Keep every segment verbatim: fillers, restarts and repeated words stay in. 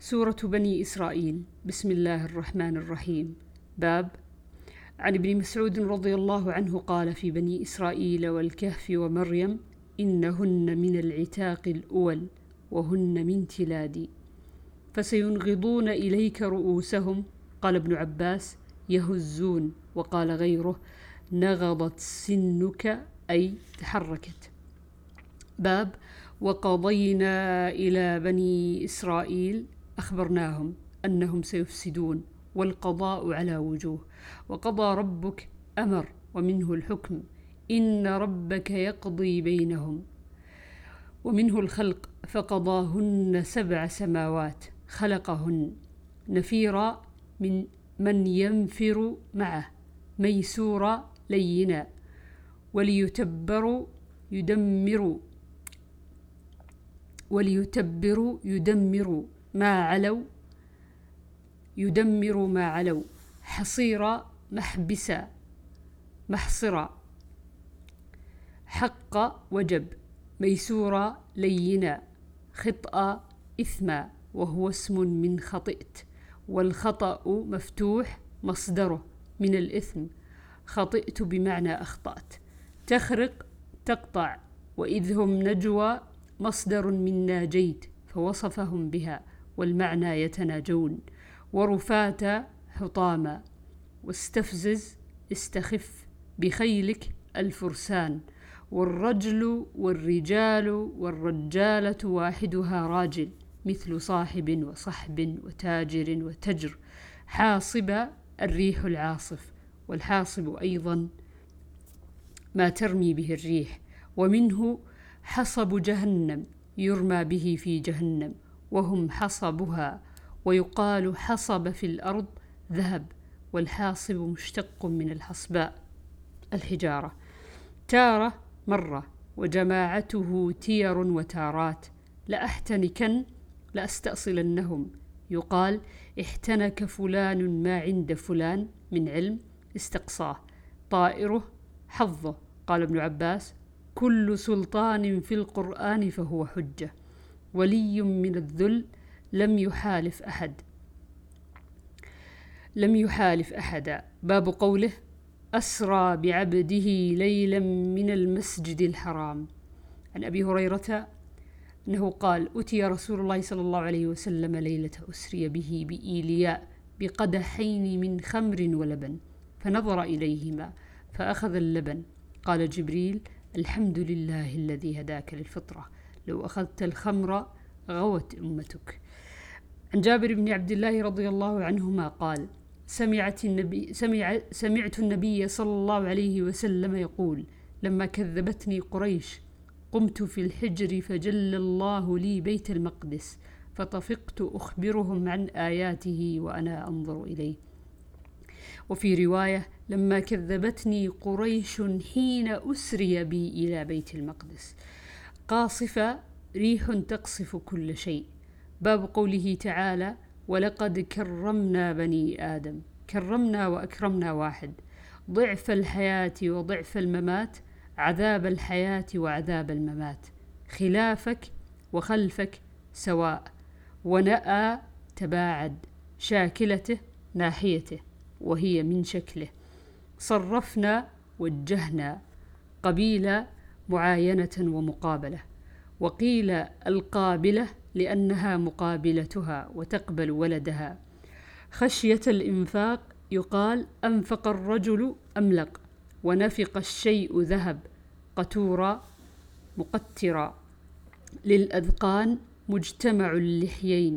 سورة بني إسرائيل. بسم الله الرحمن الرحيم. باب. عن ابن مسعود رضي الله عنه قال في بني إسرائيل والكهف ومريم إنهن من العتاق الأول وهن من تلادي فسينغضون إليك رؤوسهم. قال ابن عباس يهزون، وقال غيره نغضت سنك أي تحركت. باب. وقضينا إلى بني إسرائيل أخبرناهم أنهم سيفسدون، والقضاء على وجوه. وقضى ربك أمر ومنه الحكم، إن ربك يقضي بينهم. ومنه الخلق، فقضاهن سبع سماوات خلقهن نفيرا من من ينفر معه ميسورا لينا وليتبر يدمر وليتبر يدمر ما علوا يدمر ما علوا حصيرا محبسا محصرا حق وجب ميسورا لينا خطأ إثما، وهو اسم من خطئت، والخطأ مفتوح مصدره من الإثم. خطئت بمعنى أخطأت. تخرق تقطع، وإذ هم نجوى مصدر من ناجيت فوصفهم بها، والمعنى يتناجون. ورفات حطاما. واستفزز استخف بخيلك الفرسان. والرجل والرجال والرجالة واحدها راجل، مثل صاحب وصحب وتاجر وتجر. حاصب الريح العاصف، والحاصب أيضا ما ترمي به الريح. ومنه حصب جهنم يرمى به في جهنم، وهم حصبها. ويقال حصب في الأرض ذهب، والحاصب مشتق من الحصباء الحجارة. تارة مرة، وجماعته تير وتارات. لأحتنكن لأستأصلنهم. يقال احتنك فلان ما عند فلان من علم استقصاه. طائره حظه. قال ابن عباس كل سلطان في القرآن فهو حجة. ولي من الذل لم يحالف أحد لم يحالف أحدا. باب قوله أسرى بعبده ليلا من المسجد الحرام. عن أبي هريرة أنه قال أتي رسول الله صلى الله عليه وسلم ليلة أسري به بإيلياء بقدحين من خمر ولبن، فنظر إليهما فأخذ اللبن. قال جبريل الحمد لله الذي هداك للفطرة، لو أخذت الخمر غوت أمتك. عن جابر بن عبد الله رضي الله عنهما قال سمعت النبي, سمع سمعت النبي صلى الله عليه وسلم يقول لما كذبتني قريش قمت في الحجر فجل الله لي بيت المقدس، فطفقت أخبرهم عن آياته وأنا أنظر إليه. وفي رواية لما كذبتني قريش حين أسري بي إلى بيت المقدس. قاصفة ريح تقصف كل شيء. باب قوله تعالى ولقد كرمنا بني آدم. كرمنا وأكرمنا واحد. ضعف الحياة وضعف الممات، عذاب الحياة وعذاب الممات. خلافك وخلفك سواء. ونأى تباعد. شاكلته ناحيته، وهي من شكله. صرفنا وجهنا. قبيلة معاينة ومقابلة. وقيل القابلة لأنها مقابلتها وتقبل ولدها. خشية الإنفاق يقال أنفق الرجل أملق. ونفق الشيء ذهب. قتورا مقترا. للأذقان مجتمع اللحيين.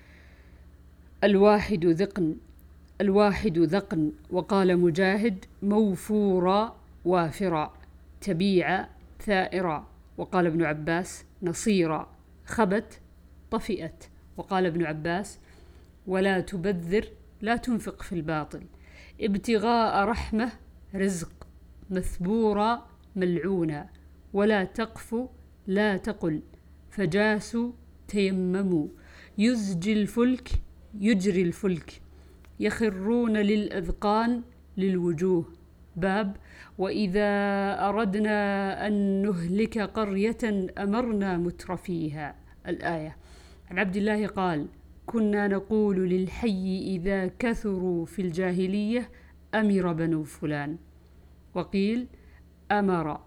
الواحد ذقن الواحد ذقن. وقال مجاهد موفورا وافرا. تبيع ثائرا. وقال ابن عباس نصيرا. خبت طفئت. وقال ابن عباس ولا تبذر لا تنفق في الباطل. ابتغاء رحمة رزق. مثبورا ملعونا. ولا تقف لا تقل. فجاسوا تيمموا. يزجي الفلك يجري الفلك. يخرون للأذقان للوجوه. باب وإذا أردنا أن نهلك قرية أمرنا مترفيها. الآية. عن عبد الله قال كنا نقول للحي إذا كثروا في الجاهلية أمر بنو فلان. وقيل أمر.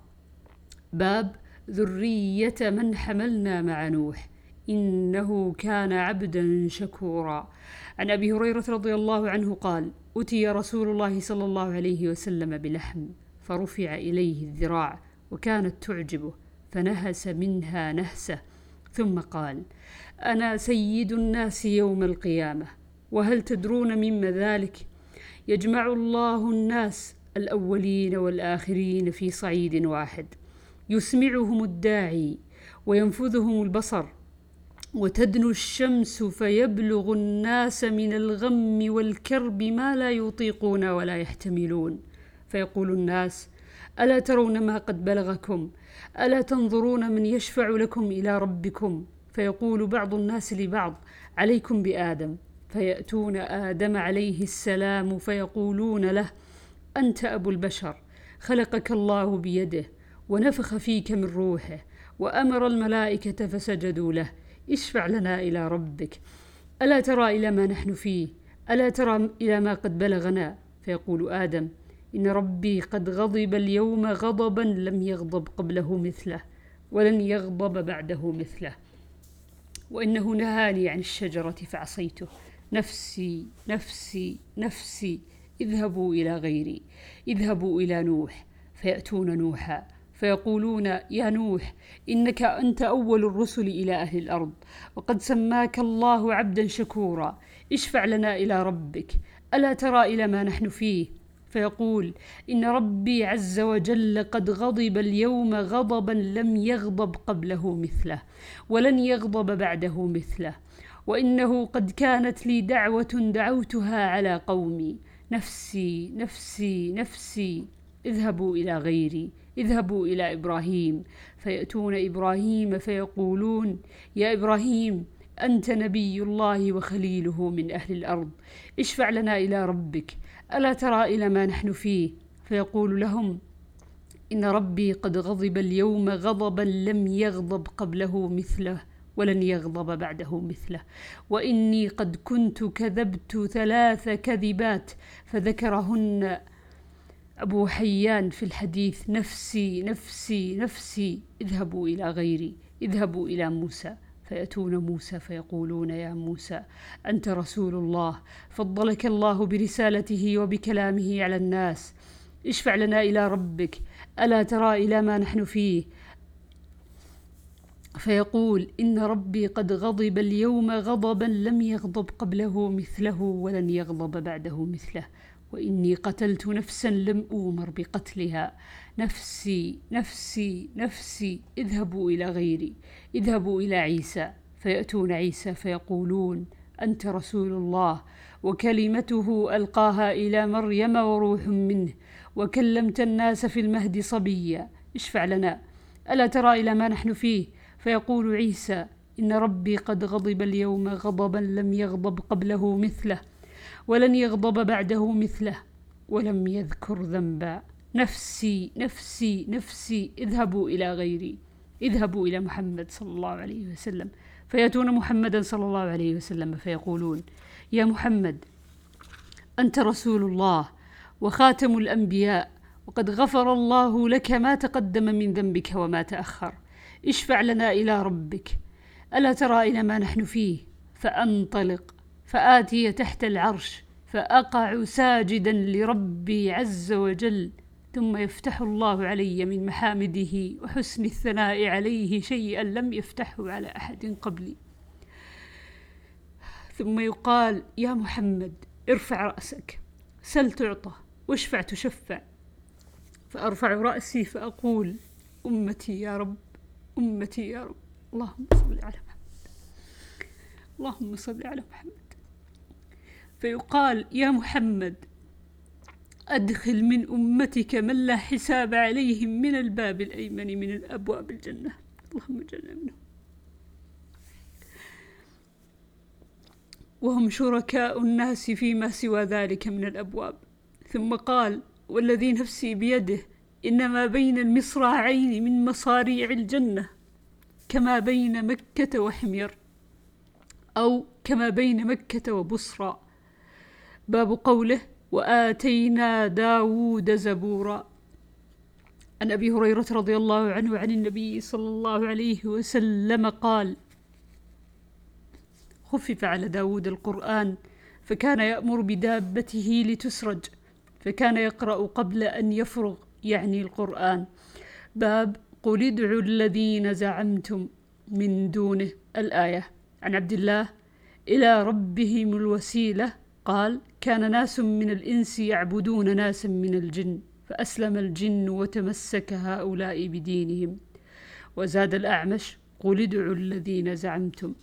باب ذرية من حملنا مع نوح إنه كان عبدا شكورا. عن أبي هريرة رضي الله عنه قال: أتي رسول الله صلى الله عليه وسلم بلحم فرفع إليه الذراع وكانت تعجبه فنهس منها نهسة ثم قال: أنا سيد الناس يوم القيامة، وهل تدرون مما ذلك؟ يجمع الله الناس الأولين والآخرين في صعيد واحد، يسمعهم الداعي وينفذهم البصر، وتدنو الشمس فيبلغ الناس من الغم والكرب ما لا يطيقون ولا يحتملون، فيقول الناس: ألا ترون ما قد بلغكم؟ ألا تنظرون من يشفع لكم إلى ربكم؟ فيقول بعض الناس لبعض: عليكم بآدم. فيأتون آدم عليه السلام فيقولون له: أنت أبو البشر، خلقك الله بيده ونفخ فيك من روحه وأمر الملائكة فسجدوا له، اشفع لنا إلى ربك. ألا ترى إلى ما نحن فيه؟ ألا ترى إلى ما قد بلغنا؟ فيقول آدم: إن ربي قد غضب اليوم غضبا لم يغضب قبله مثله ولن يغضب بعده مثله، وإنه نهاني عن الشجرة فعصيته، نفسي نفسي نفسي، اذهبوا إلى غيري، اذهبوا إلى نوح. فيأتون نوحا فيقولون: يا نوح، إنك أنت أول الرسل إلى أهل الأرض، وقد سماك الله عبدا شكورا، اشفع لنا إلى ربك. ألا ترى إلى ما نحن فيه؟ فيقول: إن ربي عز وجل قد غضب اليوم غضبا لم يغضب قبله مثله ولن يغضب بعده مثله، وإنه قد كانت لي دعوة دعوتها على قومي، نفسي نفسي نفسي، اذهبوا إلى غيري، اذهبوا إلى إبراهيم. فيأتون إبراهيم فيقولون: يا إبراهيم، أنت نبي الله وخليله من أهل الأرض، اشفع لنا إلى ربك. ألا ترى إلى ما نحن فيه؟ فيقول لهم: إن ربي قد غضب اليوم غضبا لم يغضب قبله مثله ولن يغضب بعده مثله، وإني قد كنت كذبت ثلاث كذبات، فذكرهن أبو حيان في الحديث: نفسي نفسي نفسي، اذهبوا إلى غيري، اذهبوا إلى موسى. فيأتون موسى فيقولون: يا موسى، أنت رسول الله، فضلك الله برسالته وبكلامه على الناس، اشفع لنا إلى ربك. ألا ترى إلى ما نحن فيه؟ فيقول: إن ربي قد غضب اليوم غضبا لم يغضب قبله مثله ولن يغضب بعده مثله، وإني قتلت نفسا لم أؤمر بقتلها، نفسي نفسي نفسي، اذهبوا إلى غيري، اذهبوا إلى عيسى. فيأتون عيسى فيقولون: أنت رسول الله، وكلمته ألقاها إلى مريم وروح منه، وكلمت الناس في المهد صبيا، اشفع لنا. ألا ترى إلى ما نحن فيه؟ فيقول عيسى: إن ربي قد غضب اليوم غضبا لم يغضب قبله مثله ولن يغضب بعده مثله، ولم يذكر ذنبا، نفسي نفسي نفسي، اذهبوا إلى غيري، اذهبوا إلى محمد صلى الله عليه وسلم. فيأتون محمدا صلى الله عليه وسلم فيقولون: يا محمد، أنت رسول الله وخاتم الأنبياء، وقد غفر الله لك ما تقدم من ذنبك وما تأخر، اشفع لنا إلى ربك. ألا ترى إلى ما نحن فيه؟ فأنطلق فآتي تحت العرش فأقع ساجدا لربي عز وجل، ثم يفتح الله علي من محامده وحسن الثناء عليه شيئا لم يفتحه على أحد قبلي، ثم يقال: يا محمد، ارفع رأسك، سل تعطى، واشفع تشفع. فأرفع رأسي فأقول: أمتي يا رب، أمتي يا رب، اللهم صل على محمد، اللهم صل على محمد. فيقال: يا محمد، أدخل من أمتك من لا حساب عليهم من الباب الأيمن من الأبواب الجنة، اللهم اجعلنا منهم، وهم شركاء الناس فيما سوى ذلك من الأبواب. ثم قال: والذي نفسي بيده، إنما بين المصراعين من مصاريع الجنة كما بين مكة وحمير، أو كما بين مكة وبصرى. باب قوله وآتينا داود زبورا. عن أبي هريرة رضي الله عنه عن النبي صلى الله عليه وسلم قال خفف على داود القرآن فكان يأمر بدابته لتسرج فكان يقرأ قبل أن يفرغ، يعني القرآن. باب قل ادعوا الذين زعمتم من دونه، الآية. عن عبد الله إلى ربهم الوسيلة قال كان ناس من الإنس يعبدون ناسا من الجن فأسلم الجن وتمسك هؤلاء بدينهم. وزاد الأعمش قل ادعوا الذين زعمتم.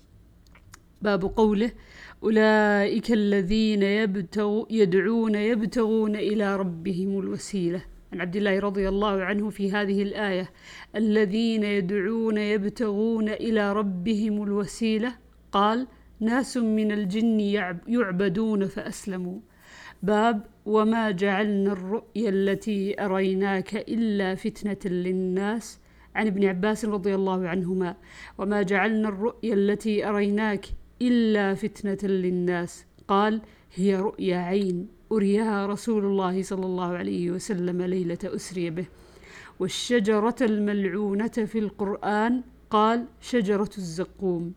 باب قوله أولئك الذين يبتغ يدعون يبتغون إلى ربهم الوسيلة. عن عبد الله رضي الله عنه في هذه الآية الذين يدعون يبتغون إلى ربهم الوسيلة قال ناس من الجن يعبدون فأسلموا. باب وما جعلنا الرؤيا التي أريناك إلا فتنة للناس. عن ابن عباس رضي الله عنهما وما جعلنا الرؤيا التي أريناك إلا فتنة للناس قال هي رؤيا عين أريها رسول الله صلى الله عليه وسلم ليلة أسري به. والشجرة الملعونة في القرآن قال شجرة الزقوم.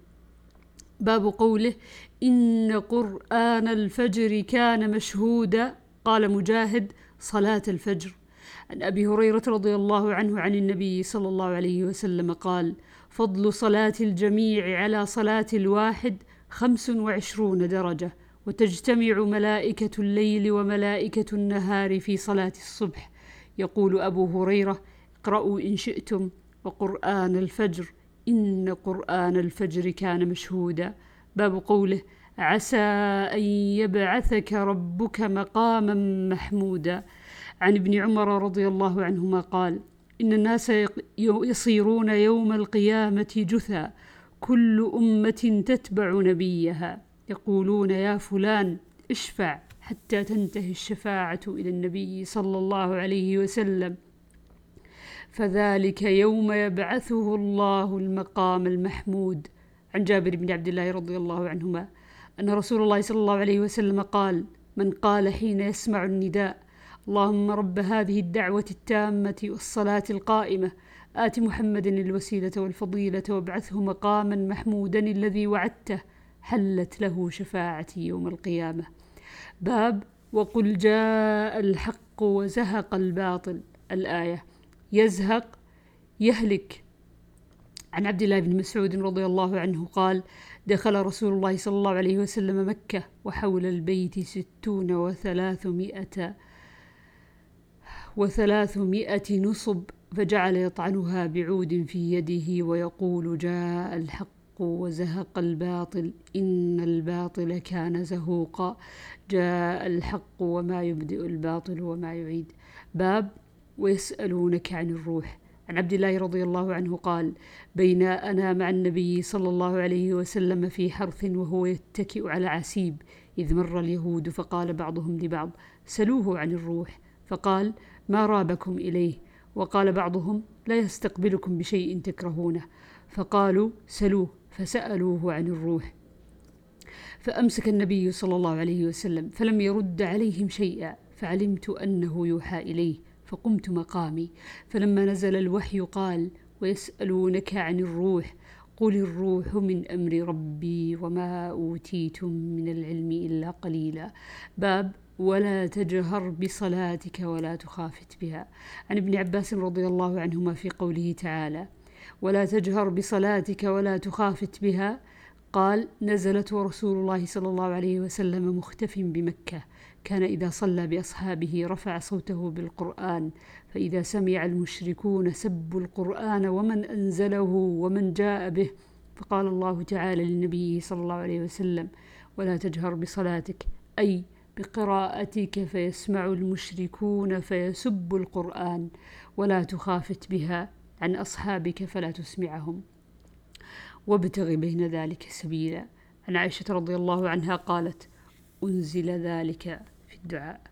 باب قوله إن قرآن الفجر كان مشهودا قال مجاهد صلاة الفجر. عن أبي هريرة رضي الله عنه عن النبي صلى الله عليه وسلم قال فضل صلاة الجميع على صلاة الواحد خمس وعشرون درجة وتجتمع ملائكة الليل وملائكة النهار في صلاة الصبح. يقول أبو هريرة اقرأوا إن شئتم وقرآن الفجر إن قرآن الفجر كان مشهودا. باب قوله عسى أن يبعثك ربك مقاما محمودا. عن ابن عمر رضي الله عنهما قال إن الناس يصيرون يوم القيامة جثى كل أمة تتبع نبيها يقولون يا فلان اشفع حتى تنتهي الشفاعة إلى النبي صلى الله عليه وسلم فذلك يوم يبعثه الله المقام المحمود. عن جابر بن عبد الله رضي الله عنهما أن رسول الله صلى الله عليه وسلم قال من قال حين يسمع النداء اللهم رب هذه الدعوة التامة والصلاة القائمة آت محمد الوسيلة والفضيلة وابعثه مقاما محمودا الذي وعدته حلت له شفاعتي يوم القيامة. باب وقل جاء الحق وزهق الباطل، الآية. يزهق يهلك. عن عبد الله بن مسعود رضي الله عنه قال دخل رسول الله صلى الله عليه وسلم مكة وحول البيت ستون وثلاثمائة وثلاثمائة نصب فجعل يطعنها بعود في يده ويقول جاء الحق وزهق الباطل إن الباطل كان زهوقا جاء الحق وما يبدئ الباطل وما يعيد. باب ويسألونك عن الروح. عن عبد الله رضي الله عنه قال بين أنا مع النبي صلى الله عليه وسلم في حرث وهو يتكئ على عسيب إذ مر اليهود فقال بعضهم لبعض سلوه عن الروح فقال ما رابكم إليه وقال بعضهم لا يستقبلكم بشيء تكرهونه فقالوا سلوه فسألوه عن الروح فأمسك النبي صلى الله عليه وسلم فلم يرد عليهم شيئا فعلمت أنه يوحى إليه فقمت مقامي فلما نزل الوحي قال ويسألونك عن الروح قل الروح من أمر ربي وما أوتيتم من العلم إلا قليلا. باب ولا تجهر بصلاتك ولا تخافت بها. عن ابن عباس رضي الله عنهما في قوله تعالى ولا تجهر بصلاتك ولا تخافت بها قال نزلت ورسول الله صلى الله عليه وسلم مختف بمكة كان إذا صلى بأصحابه رفع صوته بالقرآن فإذا سمع المشركون سبوا القرآن ومن أنزله ومن جاء به فقال الله تعالى للنبي صلى الله عليه وسلم ولا تجهر بصلاتك أي بقراءتك فيسمع المشركون فيسبوا القرآن ولا تخافت بها عن أصحابك فلا تسمعهم وابتغ بين ذلك سبيلا. عن عائشة رضي الله عنها قالت أنزل ذلك في الدعاء.